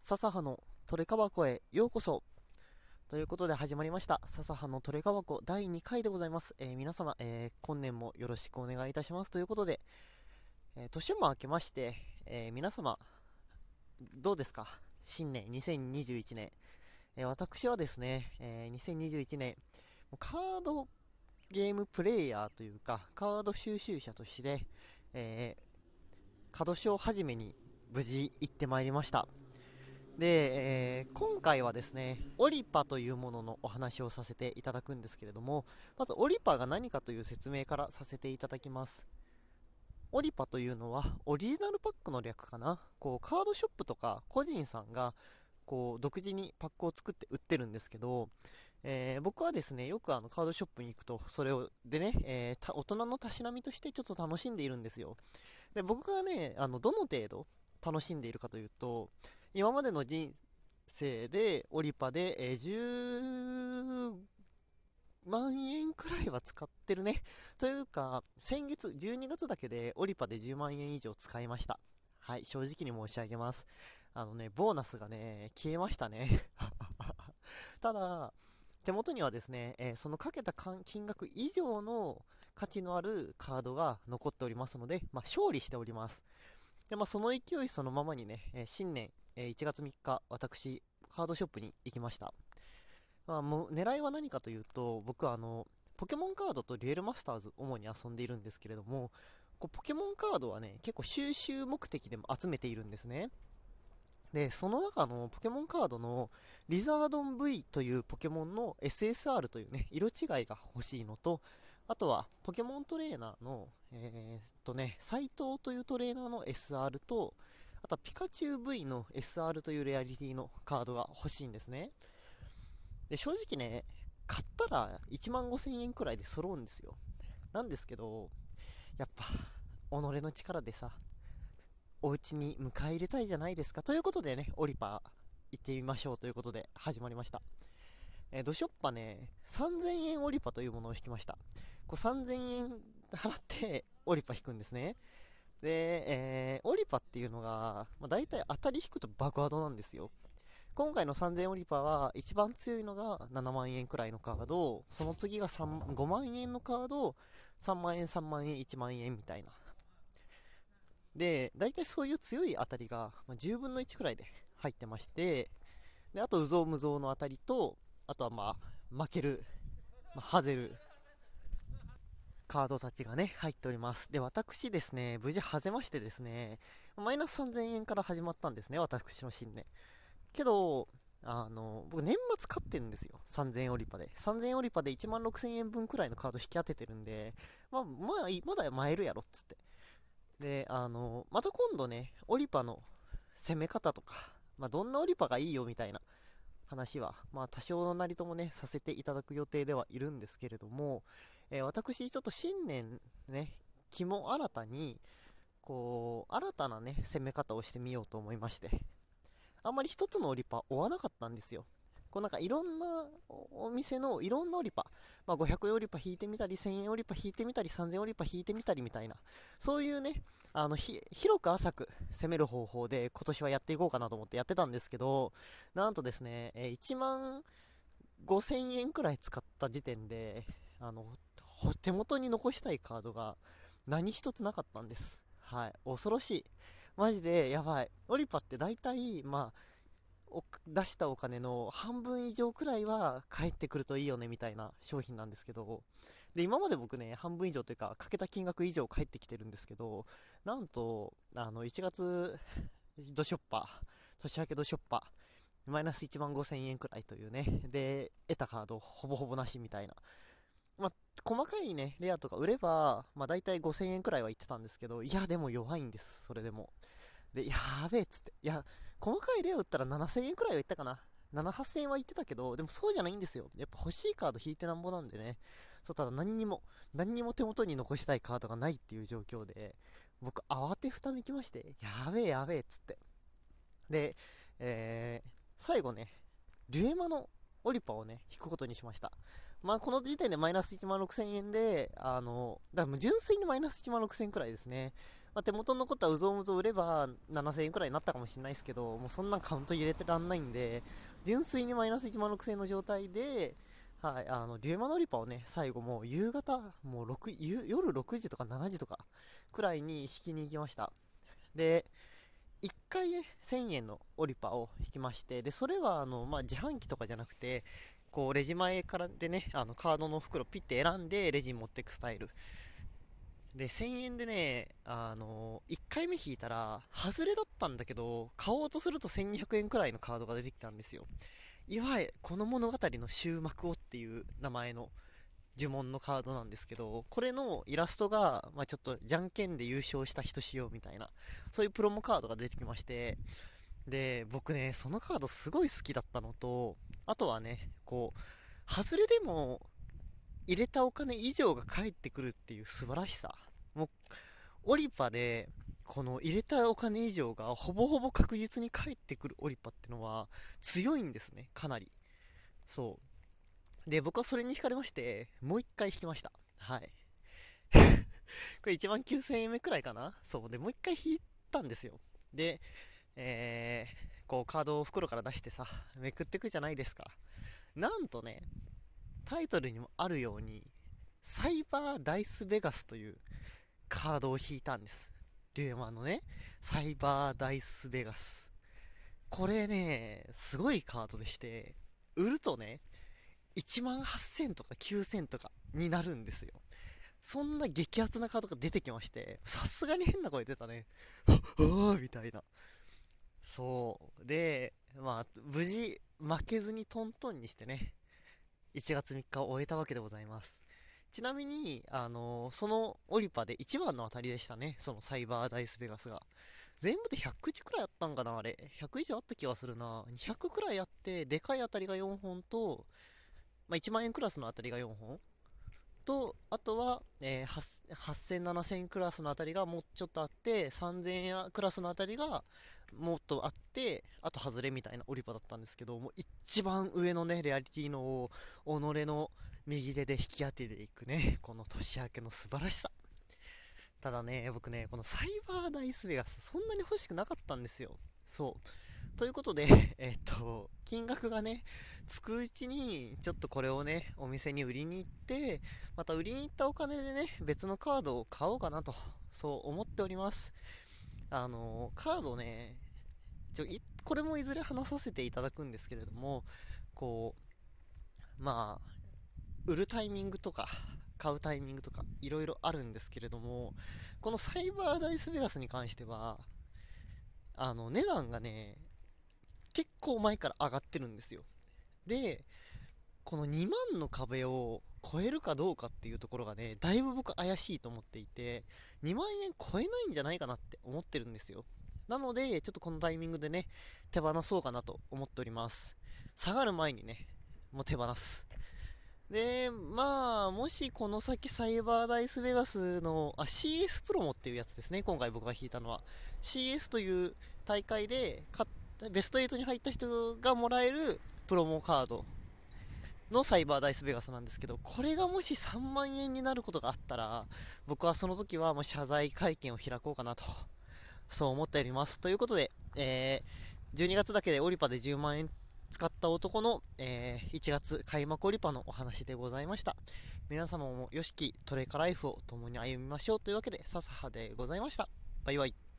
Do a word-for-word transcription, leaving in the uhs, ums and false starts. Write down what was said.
笹葉のトレカ箱へようこそということで始まりました笹葉のトレカ箱だいにかいでございます。えー皆様、えー今年もよろしくお願いいたしますということで、えー年も明けまして、えー皆様どうですか？新年にせんにじゅういちねん、えー私はですね、えーにせんにじゅういちねんカードゲームプレイヤーというかカード収集者として、えー、カドショ始めに無事行ってまいりました。で、えー今回はですね、オリパというもののお話をさせていただくんですけれども、まずオリパが何かという説明からさせていただきます。オリパというのはオリジナルパックの略かな。こうカードショップとか個人さんがこう独自にパックを作って売ってるんですけど、えー僕はですね、よくあのカードショップに行くと、それをでね、えーた大人のたしなみとしてちょっと楽しんでいるんですよ。で、僕がね、あのどの程度楽しんでいるかというと、今までの人生でオリパで、えーじゅうまん円くらいは使ってるね。というか、先月、じゅうにがつだけでオリパでじゅうまん円以上使いました。はい、正直に申し上げます。あのね、ボーナスがね、消えましたね。ただ、手元にはですね、えーそのかけた金額以上の価値のあるカードが残っておりますので、まあ、勝利しております。で、まあ、その勢いそのままにね、えー新年、えーいちがつみっか、私、カードショップに行きました。まあ、もう狙いは何かというと、僕はあの、ポケモンカードとデュエルマスターズ主に遊んでいるんですけれども、こうポケモンカードはね、結構収集目的でも集めているんですね。で、その中のポケモンカードのリザードン V というポケモンの エスエスアール というね、色違いが欲しいのと、あとはポケモントレーナーの、えー、っとね、斎藤というトレーナーの エスアール と、あとはピカチュウ V の エスアール というレアリティのカードが欲しいんですね。で、正直ね、買ったらいちまんごせん円くらいで揃うんですよ。なんですけど、やっぱ、己の力でさ、お家に迎え入れたいじゃないですか。ということでね、オリパー行ってみましょうということで始まりました。えー、ドショッパね、さんぜんえんオリパというものを引きました。こうさんぜんえん払ってオリパ引くんですね。で、えー、オリパっていうのが、まあ、大体当たり引くと爆ハードなんですよ。今回のさんぜんオリパは一番強いのがななまん円くらいのカード、その次がさんごまん円のカード、さんまん円、さんまん円、いちまん円みたいな。で、大体そういう強い当たりが、まあ、じゅうぶんのいちくらいで入ってまして、で、あと、うぞうむぞうの当たりと、あとはまあ、負ける、まあ、ハゼるカードたちがね、入っております。で、私ですね、無事ハゼましてですね、マイナスさんぜんえんから始まったんですね、私の新年。けど、あの、僕年末買ってるんですよ。さんぜんえんオリパで。さんぜんえんオリパでいちまんろくせん円分くらいのカード引き当ててるんで、まあ、まあ、まだ参るやろっつって。で、あの、また今度ね、オリパの攻め方とか、まあ、どんなオリパがいいよみたいな話は、まあ、多少なりともね、させていただく予定ではいるんですけれども、えー私、ちょっと新年ね、気も新たに、こう、新たなね、攻め方をしてみようと思いまして、あんまり一つのオリパ追わなかったんですよ。こうなんかいろんなお店のいろんなオリパ、まあ、ごひゃくえんオリパ引いてみたり、せんえんオリパ引いてみたり、さんぜんえんオリパ引いてみたりみたいな、そういうね、あのひ広く浅く攻める方法で今年はやっていこうかなと思ってやってたんですけど、なんとですね、えーいちまんごせん円くらい使った時点で、あの、手元に残したいカードが何一つなかったんです。はい。恐ろしい。マジでやばい。オリパって大体、まあ、お出したお金の半分以上くらいは返ってくるといいよねみたいな商品なんですけど、で、今まで僕ね、半分以上というか、かけた金額以上返ってきてるんですけど、なんと、あの、いちがつ、ドショッパー、年明けドショッパー、マイナスいちまんごせん円くらいというね、で、得たカードほぼほぼなしみたいな。まあ、細かいね、レアとか売れば、まあ大体ごせん円くらいは言ってたんですけど、いや、でも弱いんです、それでも。で、やーべえっつって。いや、細かいレア売ったらななせん円くらいは言ったかな。なな、はっせん円は言ってたけど、でもそうじゃないんですよ。やっぱ欲しいカード引いてなんぼなんでね。そう、ただ何にも、何にも手元に残したいカードがないっていう状況で、僕慌てふためきまして、やべえやべえっつって。で、えー、最後ね、デュエマのオリパをね、引くことにしました。まあ、この時点でマイナスいちまんろくせん円で、あの、だからもう純粋にマイナスいちまんろくせん円くらいですね。 まあ、手元のことはうぞうむぞう売ればななせんえんくらいになったかもしれないですけど、もうそんなカウント入れてらんないんで、純粋にマイナスいちまんろくせんえんの状態で、はい、あの、デュエマノリパをね、最後もう夕方、もうろく、夕夜ろくじとかしちじとかくらいに引きに行きました。で、いっかいね、せんえんのオリパを引きまして、で、それはあの、まあ、自販機とかじゃなくて、こう、レジ前からでね、あの、カードの袋ピッて選んで、レジに持っていくスタイル。で、せんえんでね、あのいっかいめ引いたら、外れだったんだけど、買おうとするとせんにひゃくえんくらいのカードが出てきたんですよ。いわゆる、この物語の終幕をっていう名前の呪文のカードなんですけど、これのイラストが、まあちょっと、じゃんけんで優勝した人しようみたいな、そういうプロモカードが出てきまして、で、僕ね、そのカードすごい好きだったのと、あとはね、こう、外れでも入れたお金以上が返ってくるっていう素晴らしさ。もう、オリパで、この入れたお金以上がほぼほぼ確実に返ってくるオリパってのは強いんですね、かなり。そう。で、僕はそれに惹かれまして、もう一回引きました。はい。これいちまんきゅうせんえんめくらいかな。そう。で、もう一回引いたんですよ。で、えー、こうカードを袋から出してさ、めくってくじゃないですか。なんとね、タイトルにもあるように、サイバーダイスベガスというカードを引いたんです。デュエマのね、サイバーダイスベガス。これね、すごいカードでして、売るとね、いちまんはっせんとかきゅうせんとかになるんですよ。そんな激アツなカードが出てきまして、さすがに変な声出たね。はっ、はぁみたいな。そう。で、まあ、無事、負けずにトントンにしてね、いちがつみっかを終えたわけでございます。ちなみに、あのーそのオリパでいちばんの当たりでしたね。そのサイバーダイスベガスが。全部でひゃくくじくらいあったんかな、あれ。ひゃく以上あった気がするな。にひゃくくくらいあって、でかい当たりがよんほんと、まあ、いちまん円クラスの当たりがよんほんと、あとは、えー、はっせん、ななせんクラスのあたりがもうちょっとあって、さんぜんえんクラスのあたりがもっとあって、あと外れみたいなオリパだったんですけど、もう一番上のね、レアリティのを、己の右手で引き当てていくね、この年明けの素晴らしさ。ただね、僕ね、このサイバーダイスベガス、そんなに欲しくなかったんですよ。そう。ということで、えっと、金額がね、つくうちに、ちょっとこれをね、お店に売りに行って、また売りに行ったお金でね、別のカードを買おうかなと、そう思っております。あの、カードね、ちょ、いこれもいずれ話させていただくんですけれども、こう、まあ、売るタイミングとか、買うタイミングとか、いろいろあるんですけれども、このサイバーダイスベガスに関しては、あの、値段がね、結構前から上がってるんですよ。で、このにまんの壁を超えるかどうかっていうところがね、だいぶ僕怪しいと思っていて、にまん円超えないんじゃないかなって思ってるんですよ。なので、ちょっとこのタイミングでね、手放そうかなと思っております。下がる前にね、もう手放す。で、まあ、もしこの先サイバーダイスベガスの、あ、シーエス プロモっていうやつですね、今回僕が引いたのは。シーエス という大会で、ベストはちに入った人がもらえるプロモカードのサイバーダイスベガスなんですけど、これがもしさんまん円になることがあったら、僕はその時はもう謝罪会見を開こうかなと、そう思っております。ということで、えー、じゅうにがつだけでオリパでじゅうまん円使った男の、えー、いちがつ開幕オリパのお話でございました。皆様もよしきトレカライフを共に歩みましょうというわけで、笹葉でございました。バイバイ。